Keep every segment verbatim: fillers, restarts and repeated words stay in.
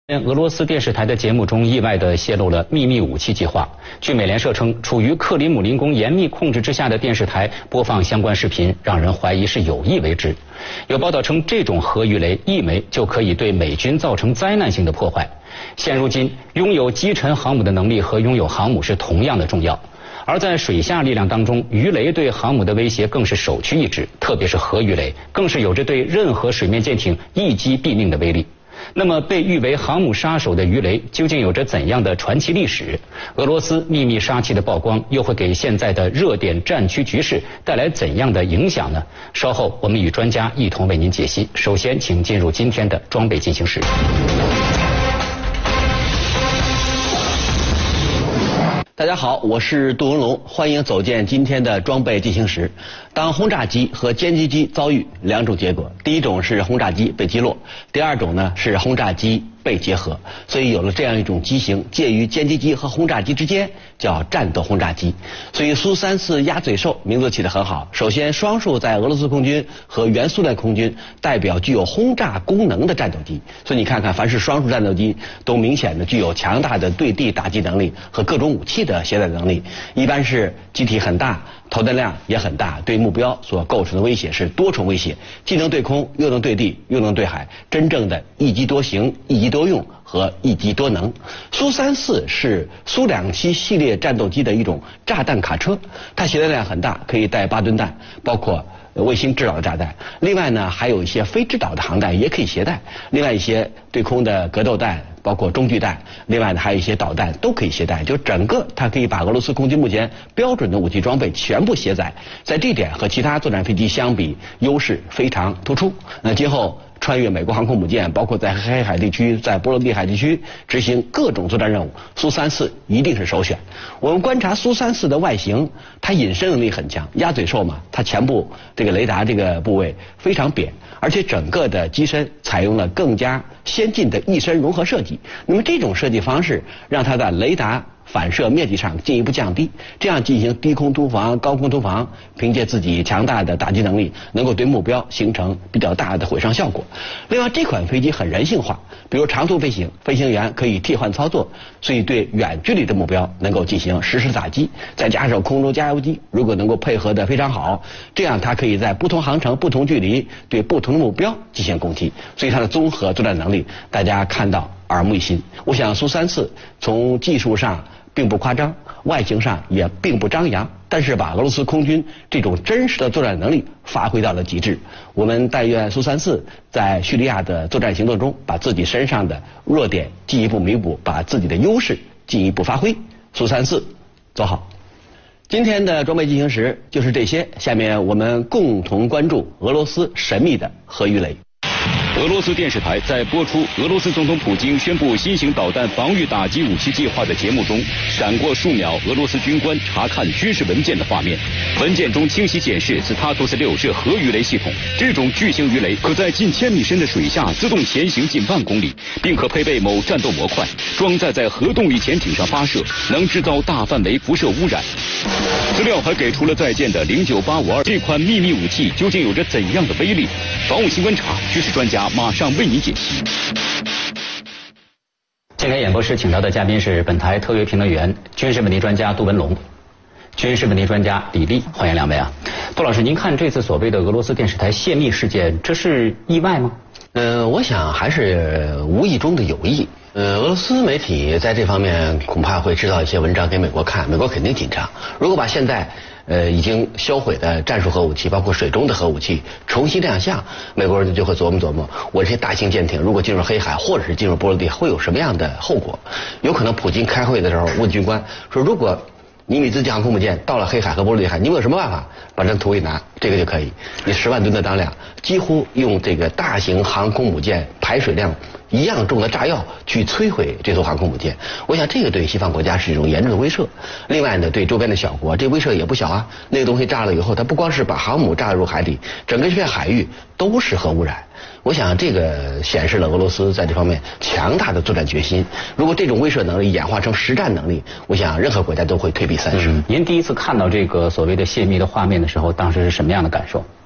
俄罗斯电视台的节目中意外地泄露了秘密武器计划。据美联社称，处于克里姆林宫严密控制之下的电视台播放相关视频，让人怀疑是有意为之。有报道称，这种核鱼雷一枚就可以对美军造成灾难性的破坏。现如今，拥有击沉航母的能力和拥有航母是同样的重要。而在水下力量当中，鱼雷对航母的威胁更是首屈一指，特别是核鱼雷，更是有着对任何水面舰艇一击毙命的威力。那么，被誉为航母杀手的鱼雷究竟有着怎样的传奇历史？俄罗斯秘密杀器的曝光又会给现在的热点战区局势带来怎样的影响呢？稍后我们与专家一同为您解析。首先，请进入今天的装备进行时。 大家好，我是杜文龙，欢迎走进今天的装备进行时。当轰炸机和歼击机遭遇两种结果，第一种是轰炸机被击落，第二种呢是轰炸机被结合，所以有了这样一种机型，介于歼击机和轰炸机之间，叫战斗轰炸机。所以苏三四鸭嘴兽名字起得很好。首先，双数在俄罗斯空军和原苏联空军代表具有轰炸功能的战斗机。所以你看看，凡是双数战斗机，都明显的具有强大的对地打击能力和各种武器的携带能力。一般是机体很大，投弹量也很大，对目标所构成的威胁是多重威胁，既能对空，又能对地，又能对海，真正的一机多行、一机多用和一机多能。苏三四是苏两栖系列战斗机的一种炸弹卡车，它携带量很大，可以带八吨弹，包括卫星制导的炸弹。另外呢，还有一些非制导的航弹也可以携带。另外一些对空的格斗弹，包括中距弹，另外呢还有一些导弹都可以携带。就整个它可以把俄罗斯空军目前标准的武器装备全部携载，在这点和其他作战飞机相比，优势非常突出。那今后穿越美国航空母舰，包括在黑海地区、在波罗的海地区执行各种作战任务，苏三四一定是首选。我们观察苏三四的外形，它隐身能力很强，鸭嘴兽嘛，它前部这个雷达这个部位非常扁，而且整个的机身采用了更加先进的翼身融合设计。那么这种设计方式让它的雷达反射面积上进一步降低，这样进行低空突防、高空突防，凭借自己强大的打击能力，能够对目标形成比较大的毁伤效果。另外，这款飞机很人性化，比如长途飞行，飞行员可以替换操作，所以对远距离的目标能够进行实时打击。再加上空中加油机，如果能够配合得非常好，这样它可以在不同航程、不同距离对不同的目标进行攻击。所以它的综合作战能力，大家看到耳目一新。我想苏三四从技术上并不夸张，外形上也并不张扬，但是把俄罗斯空军这种真实的作战能力发挥到了极致。我们但愿苏三四在叙利亚的作战行动中，把自己身上的弱点进一步弥补，把自己的优势进一步发挥。苏三四，走好！今天的装备进行时就是这些，下面我们共同关注俄罗斯神秘的核鱼雷。 俄罗斯电视台在播出俄罗斯总统普京宣布新型导弹防御打击武器计划的节目中，闪过数秒俄罗斯军官查看军事文件的画面。文件中清晰显示，斯塔图斯六是核鱼雷系统。这种巨型鱼雷可在近千米深的水下自动前行近万公里，并可配备某战斗模块，装载在核动力潜艇上发射，能制造大范围辐射污染。资料还给出了在建的零九八五二这款秘密武器究竟有着怎样的威力？防务新观察军事专家马上为您解析。今天演播室请到的嘉宾是本台特约评论员、军事问题专家杜文龙、军事问题专家李丽，欢迎两位啊。杜老师，您看这次所谓的俄罗斯电视台泄密事件，这是意外吗？ 呃，我想还是无意中的有意。呃，俄罗斯媒体在这方面恐怕会制造一些文章给美国看，美国肯定紧张。如果把现在呃已经销毁的战术核武器，包括水中的核武器重新亮相，美国人就会琢磨琢磨，我这些大型舰艇如果进入黑海或者是进入波罗的海，会有什么样的后果？有可能普京开会的时候问军官说，如果尼米兹级航空母舰到了黑海和波罗的海，你们有什么办法把这图一拿？这个就可以，你十万吨的当量，几乎用这个大型航空母舰排水量一样重的炸药去摧毁这艘航空母舰。我想这个对西方国家是一种严重的威慑。另外呢，对周边的小国，这威慑也不小啊。那个东西炸了以后，它不光是把航母炸入海里，整个这片海域都是核污染。我想这个显示了俄罗斯在这方面强大的作战决心。如果这种威慑能力演化成实战能力，我想任何国家都会退避三舍。 嗯，您第一次看到这个所谓的泄密的画面的时候，当时是什么样的感受？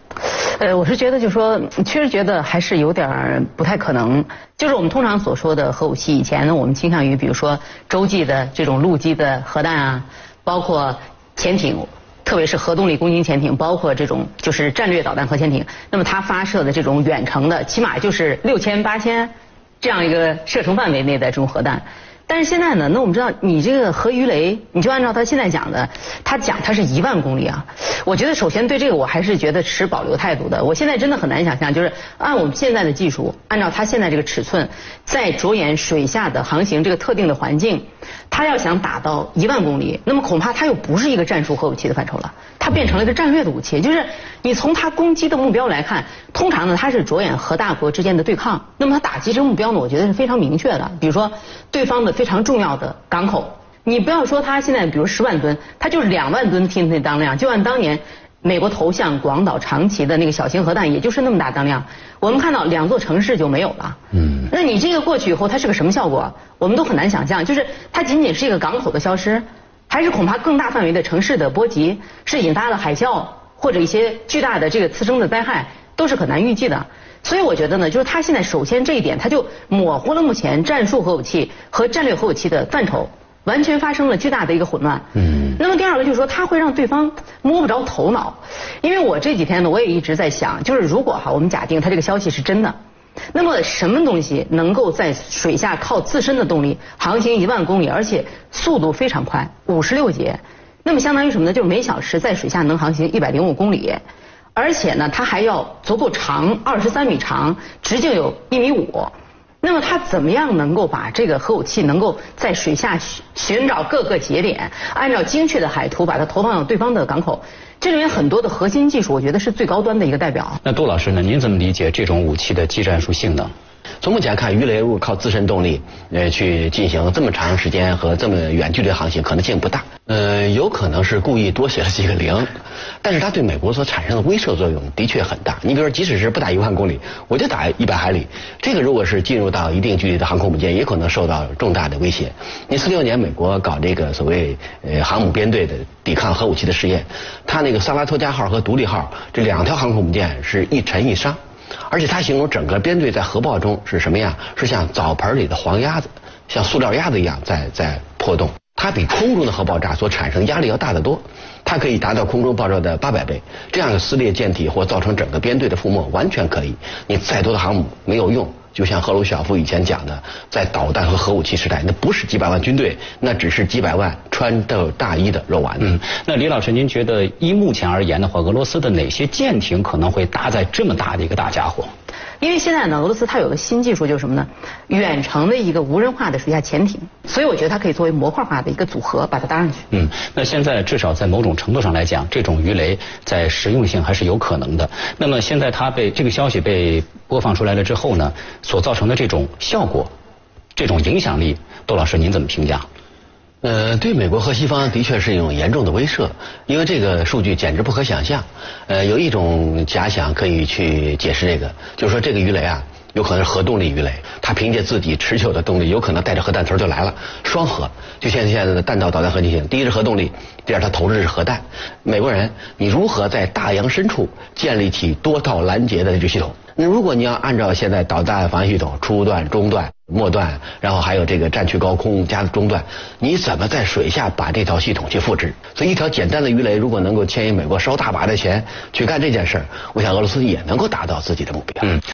呃，我是觉得，就是说，确实觉得还是有点不太可能。就是我们通常所说的核武器，以前呢，我们倾向于比如说洲际的这种陆基的核弹啊，包括潜艇，特别是核动力攻击潜艇，包括这种就是战略导弹核潜艇，那么它发射的这种远程的，起码就是六千、八千这样一个射程范围内的这种核弹。但是现在呢，那我们知道，你这个核鱼雷，你就按照他现在讲的，他讲它是一万公里啊。我觉得首先对这个我还是觉得持保留态度的。我现在真的很难想象，就是按我们现在的技术，按照它现在这个尺寸，在着眼水下的航行这个特定的环境，它要想打到一万公里，那么恐怕它又不是一个战术核武器的范畴了，它变成了一个战略的武器。就是你从它攻击的目标来看，通常呢它是着眼核大国之间的对抗，那么它打击这个目标呢，我觉得是非常明确的。比如说对方的非常重要的港口，你不要说它现在比如十万吨，它就是两万吨 T N T 当量，就按当年美国投向广岛长崎的那个小型核弹，也就是那么大当量。我们看到两座城市就没有了。嗯，那你这个过去以后，它是个什么效果？我们都很难想象。就是它仅仅是一个港口的消失，还是恐怕更大范围的城市的波及，是引发了海啸或者一些巨大的这个次生的灾害，都是很难预计的。所以我觉得呢，就是它现在首先这一点，它就模糊了目前战术核武器和战略核武器的范畴，完全发生了巨大的一个混乱。嗯。那么第二个就是说，它会让对方摸不着头脑。因为我这几天呢，我也一直在想，就是如果哈，我们假定它这个消息是真的，那么什么东西能够在水下靠自身的动力航行一万公里，而且速度非常快，五十六节，那么相当于什么呢？就是每小时在水下能航行一百零五公里。而且呢，它还要足够长，二十三米长，直径有一米五。那么它怎么样能够把这个核武器能够在水下寻找各个节点，按照精确的海图把它投放到对方的港口？这里面很多的核心技术，我觉得是最高端的一个代表。 那杜老师呢？您怎么理解这种武器的技战术性能？ 从目前看，鱼雷如果靠自身动力呃去进行这么长时间和这么远距离航行，可能性不大。呃，有可能是故意多写了几个零，但是它对美国所产生的威慑作用的确很大。你比如说，即使是不打一万公里，我就打一百海里，这个如果是进入到一定距离的航空母舰，也可能受到重大的威胁。你四六年美国搞这个所谓呃航母编队的抵抗核武器的试验，它那个萨拉托加号和独立号这两条航空母舰是一沉一伤。而且他形容整个编队在核爆中是什么样？是像澡盆里的黄鸭子，像塑料鸭子一样在在破洞。它比空中的核爆炸所产生压力要大得多，它可以达到空中爆炸的八百倍。这样的撕裂舰体或造成整个编队的覆没，完全可以。你再多的航母没有用。就像赫鲁晓夫以前讲的，在导弹和核武器时代，那不是几百万军队，那只是几百万穿着大衣的肉丸子。 嗯，那李老师，您觉得依目前而言的话，俄罗斯的哪些舰艇可能会搭载这么大的一个大家伙？ 因为现在呢，俄罗斯它有个新技术，就是什么呢？远程的一个无人化的水下潜艇，所以我觉得它可以作为模块化的一个组合，把它搭上去。 嗯，那现在至少在某种程度上来讲，这种鱼雷在实用性还是有可能的。那么现在它被这个消息被播放出来了之后呢，所造成的这种效果、这种影响力，窦老师您怎么评价？ 呃，对美国和西方的确是一种严重的威慑，因为这个数据简直不可想象。呃，有一种假想可以去解释这个，就是说这个鱼雷啊，有可能是核动力鱼雷，它凭借自己持久的动力，有可能带着核弹头就来了，双核。就像现在的弹道导弹核进行，第一是核动力，第二它投掷的是核弹。美国人，你如何在大洋深处建立起多道拦截的这个系统？那如果你要按照现在导弹防御系统初段、中段、末段，然后还有这个战区高空加中段，你怎么在水下把这套系统去复制？所以一条简单的鱼雷如果能够牵引美国烧大把的钱去干这件事儿，我想俄罗斯也能够达到自己的目标。嗯。